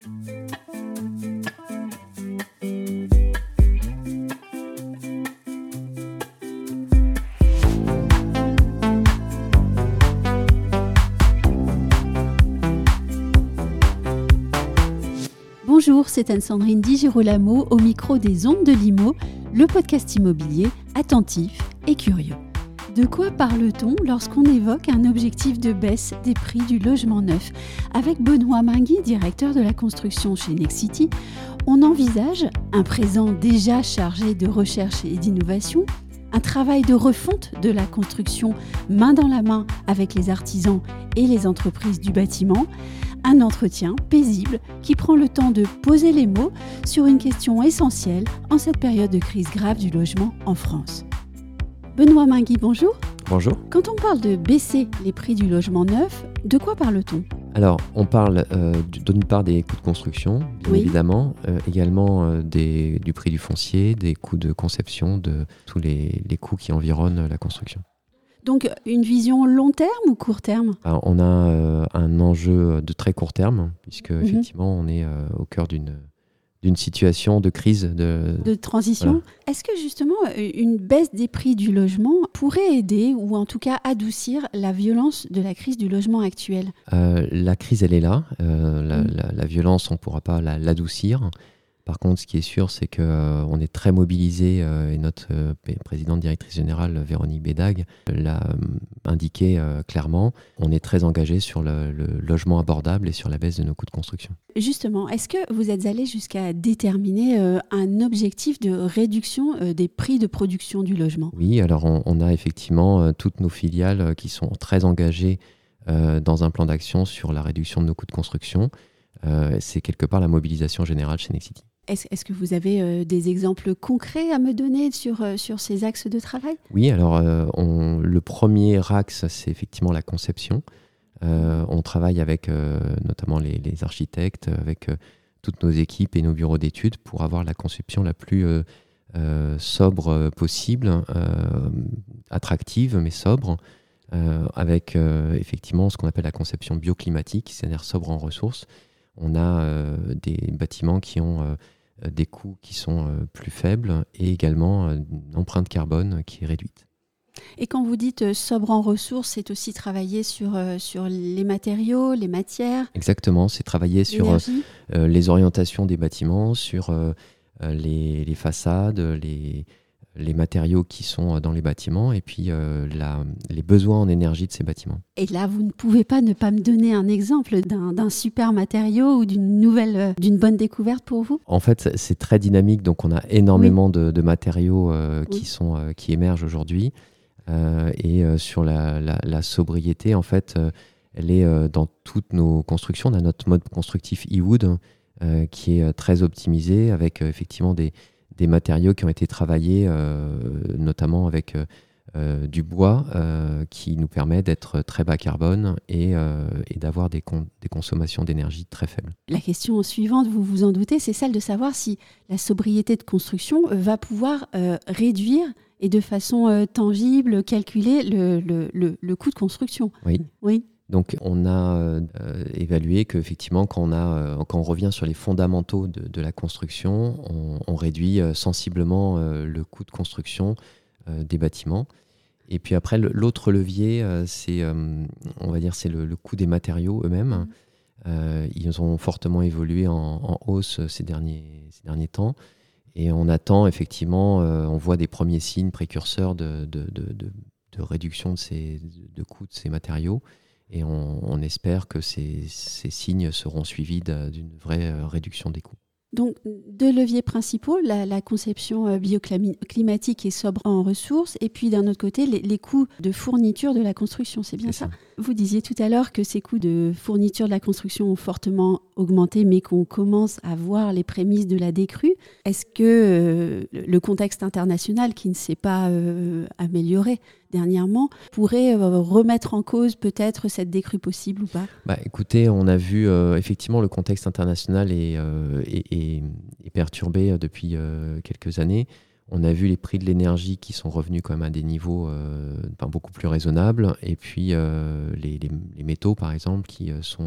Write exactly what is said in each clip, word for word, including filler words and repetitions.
Bonjour, c'est Anne-Sandrine Di Girolamo au micro des Ondes de l'Imo, le podcast immobilier attentif et curieux. De quoi parle-t-on lorsqu'on évoque un objectif de baisse des prix du logement neuf ? Avec Benoît Mingui, directeur de la construction chez Nexity, on envisage un présent déjà chargé de recherche et d'innovation, un travail de refonte de la construction main dans la main avec les artisans et les entreprises du bâtiment, un entretien paisible qui prend le temps de poser les mots sur une question essentielle en cette période de crise grave du logement en France. Benoît Mingui, bonjour. Bonjour. Quand on parle de baisser les prix du logement neuf, de quoi parle-t-on ? Alors, on parle euh, d'une part des coûts de construction, bien oui. évidemment, euh, également euh, des, du prix du foncier, des coûts de conception, de tous les, les coûts qui environnent la construction. Donc, une vision long terme ou court terme ? Alors, on a euh, un enjeu de très court terme, puisque Mhm. effectivement, on est euh, au cœur d'une, d'une situation de crise. De, de transition. Voilà. Est-ce que justement, une baisse des prix du logement pourrait aider ou en tout cas adoucir la violence de la crise du logement actuelle ? Euh, la crise, elle est là. Euh, la, Mhm. la, la violence, on ne pourra pas la, l'adoucir. Par contre, ce qui est sûr, c'est qu'on euh, est très mobilisé euh, et notre euh, présidente directrice générale, Véronique Bédag, l'a euh, indiqué euh, clairement. On est très engagé sur le, le logement abordable et sur la baisse de nos coûts de construction. Justement, est-ce que vous êtes allé jusqu'à déterminer euh, un objectif de réduction euh, des prix de production du logement ? Oui, alors on, on a effectivement euh, toutes nos filiales euh, qui sont très engagées euh, dans un plan d'action sur la réduction de nos coûts de construction. Euh, c'est quelque part la mobilisation générale chez Nexity. Est-ce, est-ce que vous avez euh, des exemples concrets à me donner sur, euh, sur ces axes de travail ? Oui, alors euh, on, le premier axe, c'est effectivement la conception. Euh, on travaille avec euh, notamment les, les architectes, avec euh, toutes nos équipes et nos bureaux d'études pour avoir la conception la plus euh, euh, sobre possible, euh, attractive mais sobre, euh, avec euh, effectivement ce qu'on appelle la conception bioclimatique, c'est-à-dire sobre en ressources. On a euh, des bâtiments qui ont euh, des coûts qui sont euh, plus faibles et également euh, une empreinte carbone qui est réduite. Et quand vous dites euh, sobre en ressources, c'est aussi travailler sur, euh, sur les matériaux, les matières, Exactement, c'est travailler sur l'énergie. euh, les orientations des bâtiments, sur euh, les, les façades, les, les matériaux qui sont dans les bâtiments et puis euh, la, les besoins en énergie de ces bâtiments. Et là, vous ne pouvez pas ne pas me donner un exemple d'un, d'un super matériau ou d'une nouvelle, euh, d'une bonne découverte pour vous ? En fait, c'est très dynamique, donc on a énormément oui. de, de matériaux euh, qui, oui. sont, euh, qui émergent aujourd'hui. Euh, et euh, sur la, la, la sobriété, en fait, euh, elle est euh, dans toutes nos constructions. On a notre mode constructif e-wood euh, qui est euh, très optimisé avec euh, effectivement des, des matériaux qui ont été travaillés, euh, notamment avec euh, euh, du bois euh, qui nous permet d'être très bas carbone et, euh, et d'avoir des, con- des consommations d'énergie très faibles. La question suivante, vous vous en doutez, c'est celle de savoir si la sobriété de construction va pouvoir euh, réduire et de façon euh, tangible calculer le, le, le, le coût de construction. Oui. Oui. Donc on a euh, évalué qu'effectivement quand on, a, euh, quand on revient sur les fondamentaux de, de la construction, on, on réduit euh, sensiblement euh, le coût de construction euh, des bâtiments. Et puis après, le, l'autre levier, euh, c'est, euh, on va dire, c'est le, le coût des matériaux eux-mêmes. Mmh. Euh, ils ont fortement évolué en, en hausse ces derniers, ces derniers temps. Et on attend effectivement, euh, on voit des premiers signes précurseurs de, de, de, de, de réduction de, ces, de coûts de ces matériaux. Et on, on espère que ces, ces signes seront suivis de, d'une vraie réduction des coûts. Donc, deux leviers principaux, la, la conception bioclimatique et sobre en ressources, et puis d'un autre côté, les, les coûts de fourniture de la construction, c'est bien ça ? ça. Vous disiez tout à l'heure que ces coûts de fourniture de la construction ont fortement augmenté, mais qu'on commence à voir les prémices de la décrue. Est-ce que euh, le contexte international, qui ne s'est pas euh, amélioré dernièrement, pourrait euh, remettre en cause peut-être cette décrue possible ou pas ? Bah, écoutez, on a vu euh, effectivement le contexte international est, euh, est, est, est perturbé depuis euh, quelques années. On a vu les prix de l'énergie qui sont revenus quand même à des niveaux euh, ben, beaucoup plus raisonnables. Et puis euh, les, les, les métaux, par exemple, qui euh, sont euh,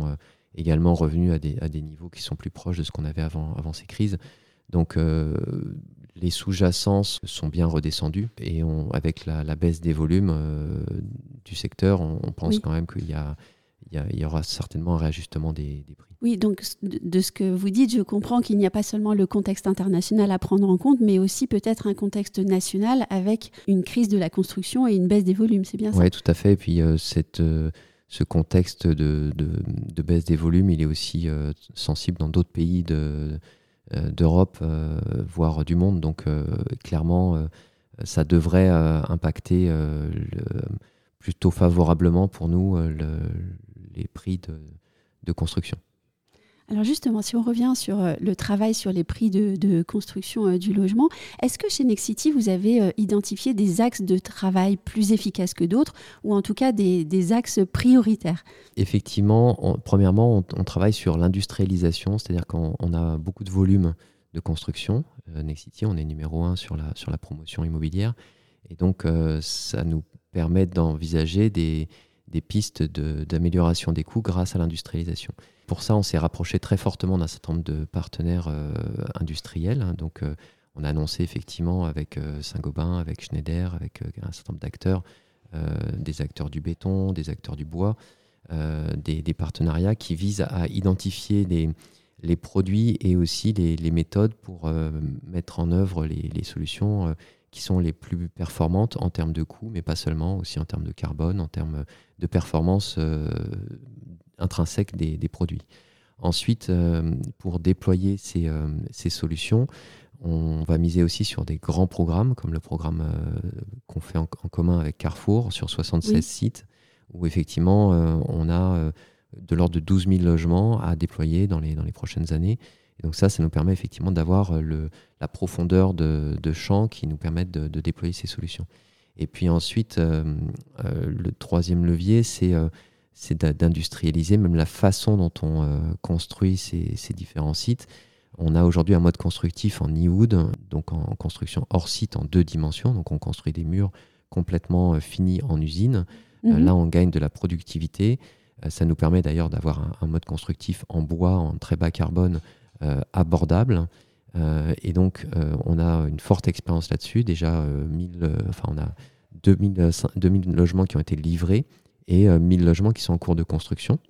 également revenus à des, à des niveaux qui sont plus proches de ce qu'on avait avant, avant ces crises. Donc euh, les sous-jacents sont bien redescendus et on, avec la, la baisse des volumes euh, du secteur, on, on pense oui. quand même qu'il y, a, il y, a, il y aura certainement un réajustement des, des prix. Oui, donc de ce que vous dites, je comprends qu'il n'y a pas seulement le contexte international à prendre en compte, mais aussi peut-être un contexte national avec une crise de la construction et une baisse des volumes, c'est bien ça ? Oui, tout à fait. Et puis euh, cette, euh, ce contexte de, de, de baisse des volumes, il est aussi euh, sensible dans d'autres pays de, euh, d'Europe, euh, voire du monde. Donc euh, clairement, euh, ça devrait euh, impacter euh, le, plutôt favorablement pour nous euh, le, les prix de, de construction. Alors justement, si on revient sur le travail sur les prix de, de construction du logement, est-ce que chez Nexity, vous avez identifié des axes de travail plus efficaces que d'autres, ou en tout cas des, des axes prioritaires ? Effectivement, on, premièrement, on, on travaille sur l'industrialisation, c'est-à-dire qu'on on a beaucoup de volume de construction. Euh, Nexity, on est numéro un sur la, sur la promotion immobilière, et donc euh, ça nous permet d'envisager des, des pistes de, d'amélioration des coûts grâce à l'industrialisation. Pour ça, on s'est rapproché très fortement d'un certain nombre de partenaires euh, industriels. Donc, euh, on a annoncé effectivement avec euh, Saint-Gobain, avec Schneider, avec euh, un certain nombre d'acteurs, euh, des acteurs du béton, des acteurs du bois, euh, des, des partenariats qui visent à identifier les, les produits et aussi les, les méthodes pour euh, mettre en œuvre les, les solutions euh, qui sont les plus performantes en termes de coûts, mais pas seulement, aussi en termes de carbone, en termes de performance euh, intrinsèque des, des produits. Ensuite, euh, pour déployer ces, euh, ces solutions, on va miser aussi sur des grands programmes, comme le programme euh, qu'on fait en, en commun avec Carrefour sur soixante-seize oui. sites, où effectivement, euh, on a euh, de l'ordre de douze mille logements à déployer dans les, dans les prochaines années. Et donc ça, ça nous permet effectivement d'avoir le, la profondeur de, de champ qui nous permettent de, de déployer ces solutions. Et puis ensuite, euh, euh, le troisième levier, c'est... Euh, c'est d'industrialiser même la façon dont on euh, construit ces, ces différents sites. On a aujourd'hui un mode constructif en e-wood, donc en, en construction hors site en deux dimensions. Donc on construit des murs complètement euh, finis en usine. Mm-hmm. Euh, là, on gagne de la productivité. Euh, ça nous permet d'ailleurs d'avoir un, un mode constructif en bois, en très bas carbone, euh, abordable. Euh, et donc, euh, on a une forte expérience là-dessus. Déjà, euh, mille, euh, enfin, on a deux mille, deux mille logements qui ont été livrés et euh, mille logements qui sont en cours de construction.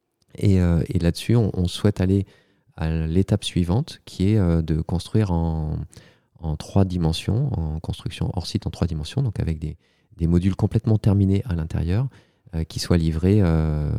Et, euh, et là-dessus, on, on souhaite aller à l'étape suivante, qui est euh, de construire en, en trois dimensions, en construction hors site en trois dimensions, donc avec des, des modules complètement terminés à l'intérieur, euh, qui soient livrés euh,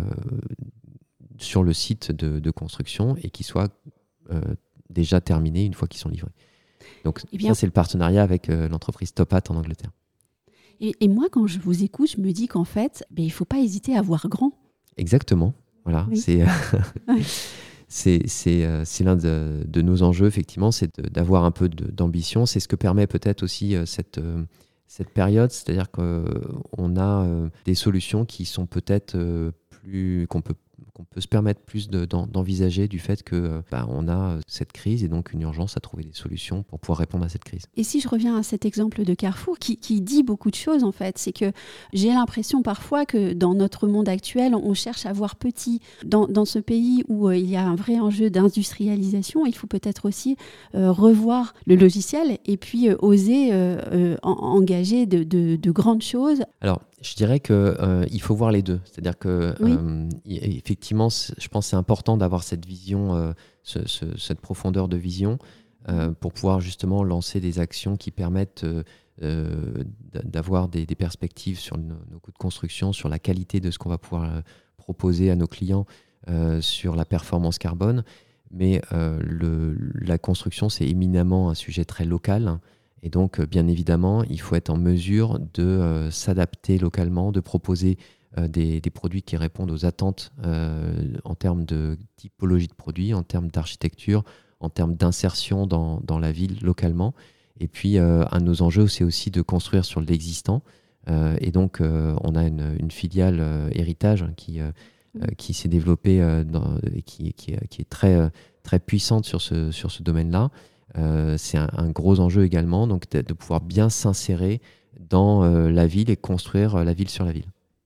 sur le site de, de construction et qui soient euh, déjà terminés une fois qu'ils sont livrés. Donc eh bien, ça, c'est le partenariat avec euh, l'entreprise Topat en Angleterre. Et, et moi, quand je vous écoute, je me dis qu'en fait, ben, il ne faut pas hésiter à voir grand. Exactement. Voilà. Oui. C'est, ouais. c'est, c'est, euh, c'est l'un de, de nos enjeux, effectivement, c'est de, d'avoir un peu de, d'ambition. C'est ce que permet peut-être aussi euh, cette, euh, cette période. C'est-à-dire qu'on a euh, des solutions qui sont peut-être euh, plus... qu'on peut qu'on peut se permettre plus de, d'en, d'envisager du fait que bah, on a cette crise et donc une urgence à trouver des solutions pour pouvoir répondre à cette crise. Et si je reviens à cet exemple de Carrefour qui, qui dit beaucoup de choses en fait, c'est que j'ai l'impression parfois que dans notre monde actuel, on cherche à voir petit. Dans, dans ce pays où euh, il y a un vrai enjeu d'industrialisation, il faut peut-être aussi euh, revoir le logiciel et puis euh, oser euh, euh, en, engager de, de, de grandes choses. Alors, je dirais qu'il euh, faut voir les deux. C'est-à-dire que, oui. euh, effectivement, je pense que c'est important d'avoir cette vision, euh, ce, ce, cette profondeur de vision euh, pour pouvoir justement lancer des actions qui permettent euh, euh, d'avoir des, des perspectives sur nos, nos coûts de construction, sur la qualité de ce qu'on va pouvoir euh, proposer à nos clients, euh, sur la performance carbone. Mais euh, le, la construction, c'est éminemment un sujet très local. Et donc, bien évidemment, il faut être en mesure de euh, s'adapter localement, de proposer euh, des, des produits qui répondent aux attentes euh, en termes de typologie de produits, en termes d'architecture, en termes d'insertion dans, dans la ville localement. Et puis, euh, un de nos enjeux, c'est aussi de construire sur l'existant. Euh, et donc, euh, on a une, une filiale euh, héritage qui, euh, mmh. qui s'est développée euh, dans, et qui, qui, qui est très, très puissante sur ce, sur ce domaine-là. Euh, c'est un, un gros enjeu également, donc de, de pouvoir bien s'insérer dans euh, la ville et construire euh, la ville sur la ville.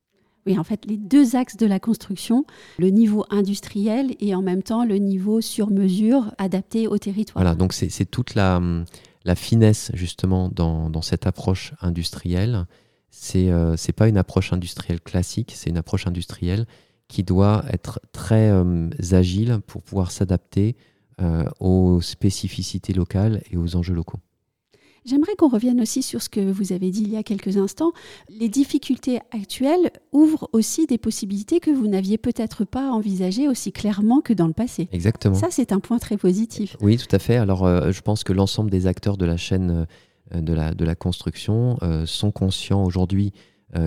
Oui, en fait, les deux axes de la construction, le niveau industriel et en même temps le niveau sur mesure adapté au territoire. Voilà, donc c'est, c'est toute la, la finesse justement dans, dans cette approche industrielle. C'est euh, c'est pas une approche industrielle classique, c'est une approche industrielle qui doit être très euh, agile pour pouvoir s'adapter euh, aux spécificités locales et aux enjeux locaux. J'aimerais qu'on revienne aussi sur ce que vous avez dit il y a quelques instants. Les difficultés actuelles ouvrent aussi des possibilités que vous n'aviez peut-être pas envisagées aussi clairement que dans le passé. Exactement. Ça, c'est un point très positif. Oui, tout à fait. Alors, euh, je pense que l'ensemble des acteurs de la chaîne euh, de, la, de la construction euh, sont conscients aujourd'hui euh,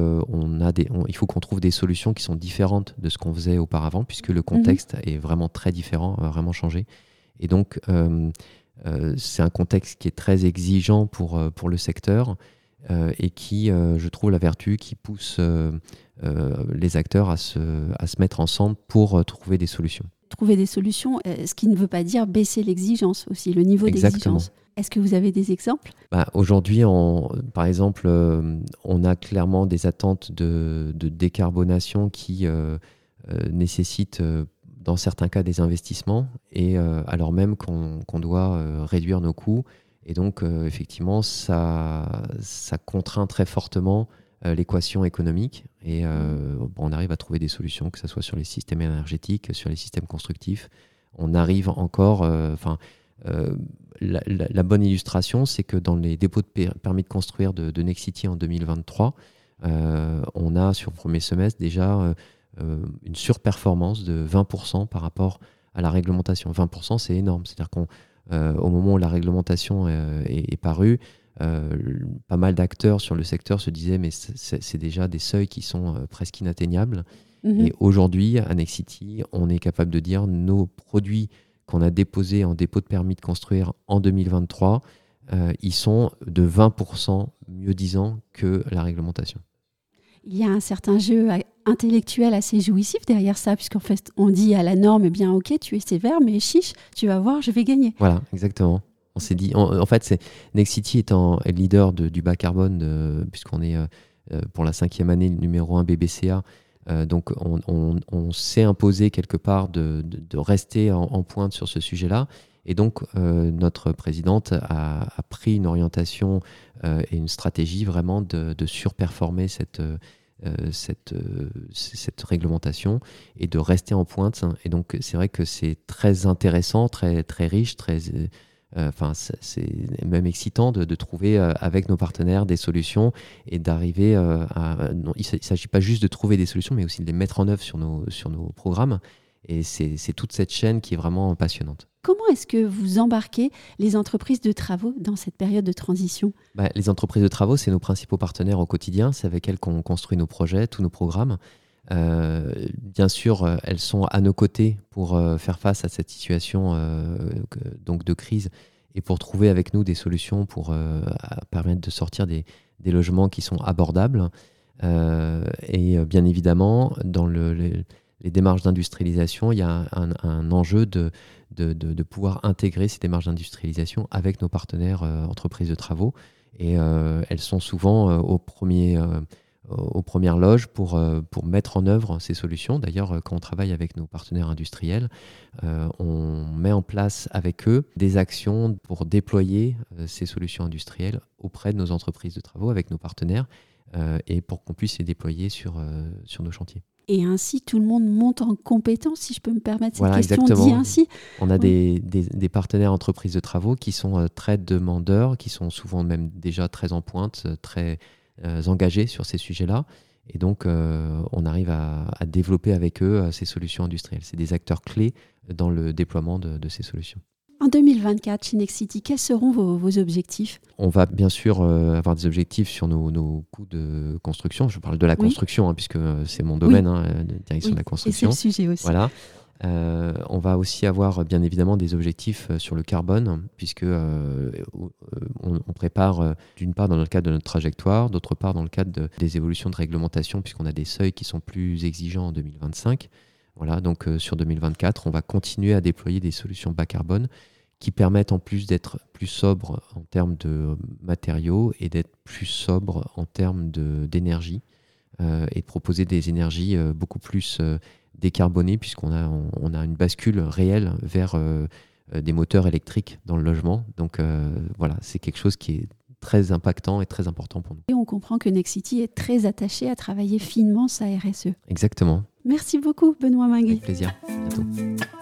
qu'il faut qu'on trouve des solutions qui sont différentes de ce qu'on faisait auparavant, puisque le contexte mmh. est vraiment très différent, a vraiment changé. Et donc, euh, Euh, c'est un contexte qui est très exigeant pour, euh, pour le secteur euh, et qui, euh, je trouve, la vertu qui pousse euh, euh, les acteurs à se, à se mettre ensemble pour euh, trouver des solutions. Trouver des solutions, euh, ce qui ne veut pas dire baisser l'exigence aussi, le niveau Exactement. d'exigence. Est-ce que vous avez des exemples ? Bah, aujourd'hui, on, par exemple, euh, on a clairement des attentes de, de décarbonation qui euh, euh, nécessitent euh, dans certains cas des investissements, et euh, alors même qu'on, qu'on doit euh, réduire nos coûts. Et donc, euh, effectivement, ça, ça contraint très fortement euh, l'équation économique. Et euh, bon, on arrive à trouver des solutions, que ce soit sur les systèmes énergétiques, sur les systèmes constructifs. On arrive encore... Enfin, euh, euh, la, la, la bonne illustration, c'est que dans les dépôts de per- permis de construire de, de Nexity en deux mille vingt-trois, euh, on a, sur le premier semestre, déjà... Euh, Euh, une surperformance de vingt pour cent par rapport à la réglementation. vingt pour cent, c'est énorme. C'est-à-dire qu'au euh, moment où la réglementation euh, est, est parue, euh, pas mal d'acteurs sur le secteur se disaient mais c'est, c'est déjà des seuils qui sont euh, presque inatteignables. Mmh. Et aujourd'hui, à Nexity, on est capable de dire nos produits qu'on a déposés en dépôt de permis de construire en deux mille vingt-trois, euh, ils sont de vingt pour cent mieux disants que la réglementation. Il y a un certain jeu intellectuel assez jouissif derrière ça, puisqu'en fait, on dit à la norme, eh bien, ok, tu es sévère, mais chiche, tu vas voir, je vais gagner. Voilà, exactement. On s'est dit, en, en fait, c'est, Nexity étant leader de, du bas carbone, euh, puisqu'on est euh, pour la cinquième année numéro un B B C A, euh, donc on, on, on s'est imposé quelque part de, de, de rester en, en pointe sur ce sujet-là. Et donc, euh, notre présidente a, a pris une orientation euh, et une stratégie vraiment de, de surperformer cette, euh, cette, euh, cette réglementation et de rester en pointe. Et donc, c'est vrai que c'est très intéressant, très, très riche, très, euh, enfin, c'est, c'est même excitant de, de trouver euh, avec nos partenaires des solutions et d'arriver euh, à... Non, il ne s'agit pas juste de trouver des solutions, mais aussi de les mettre en œuvre sur nos, sur nos programmes. Et c'est, c'est toute cette chaîne qui est vraiment passionnante. Comment est-ce que vous embarquez les entreprises de travaux dans cette période de transition ? Bah, les entreprises de travaux, c'est nos principaux partenaires au quotidien. C'est avec elles qu'on construit nos projets, tous nos programmes. Euh, bien sûr, elles sont à nos côtés pour euh, faire face à cette situation euh, que, donc de crise et pour trouver avec nous des solutions pour euh, permettre de sortir des, des logements qui sont abordables. Euh, et bien évidemment, dans le... le les démarches d'industrialisation, il y a un, un enjeu de, de, de, de pouvoir intégrer ces démarches d'industrialisation avec nos partenaires euh, entreprises de travaux. Et euh, elles sont souvent euh, au premier, euh, aux premières loges pour, euh, pour mettre en œuvre ces solutions. D'ailleurs, quand on travaille avec nos partenaires industriels, euh, on met en place avec eux des actions pour déployer euh, ces solutions industrielles auprès de nos entreprises de travaux, avec nos partenaires, euh, et pour qu'on puisse les déployer sur, euh, sur nos chantiers. Et ainsi, tout le monde monte en compétence, si je peux me permettre cette voilà, question exactement. dit ainsi. On a oui. des, des, des partenaires entreprises de travaux qui sont euh, très demandeurs, qui sont souvent même déjà très en pointe, très euh, engagés sur ces sujets-là. Et donc, euh, on arrive à, à développer avec eux euh, ces solutions industrielles. C'est des acteurs clés dans le déploiement de, de ces solutions. En deux mille vingt-quatre, chez Nexity, quels seront vos, vos objectifs ? On va bien sûr euh, avoir des objectifs sur nos, nos coûts de construction. Je parle de la oui. construction, hein, puisque c'est mon domaine, oui. hein, de direction oui. de la construction. Et c'est le sujet aussi. Voilà. Euh, on va aussi avoir bien évidemment des objectifs sur le carbone, puisque euh, on, on prépare euh, d'une part dans le cadre de notre trajectoire, d'autre part dans le cadre de, des évolutions de réglementation, puisqu'on a des seuils qui sont plus exigeants en deux mille vingt-cinq. Voilà, donc euh, sur deux mille vingt-quatre, on va continuer à déployer des solutions bas carbone qui permettent en plus d'être plus sobre en termes de matériaux et d'être plus sobre en termes de, d'énergie. euh, et de proposer des énergies euh, beaucoup plus euh, décarbonées, puisqu'on a, on, on a une bascule réelle vers euh, des moteurs électriques dans le logement. Donc euh, voilà, c'est quelque chose qui est très impactant et très important pour nous. Et on comprend que Nexity est très attaché à travailler finement sa R S E. Exactement. Merci beaucoup, Benoît Minguet. Avec plaisir. À bientôt.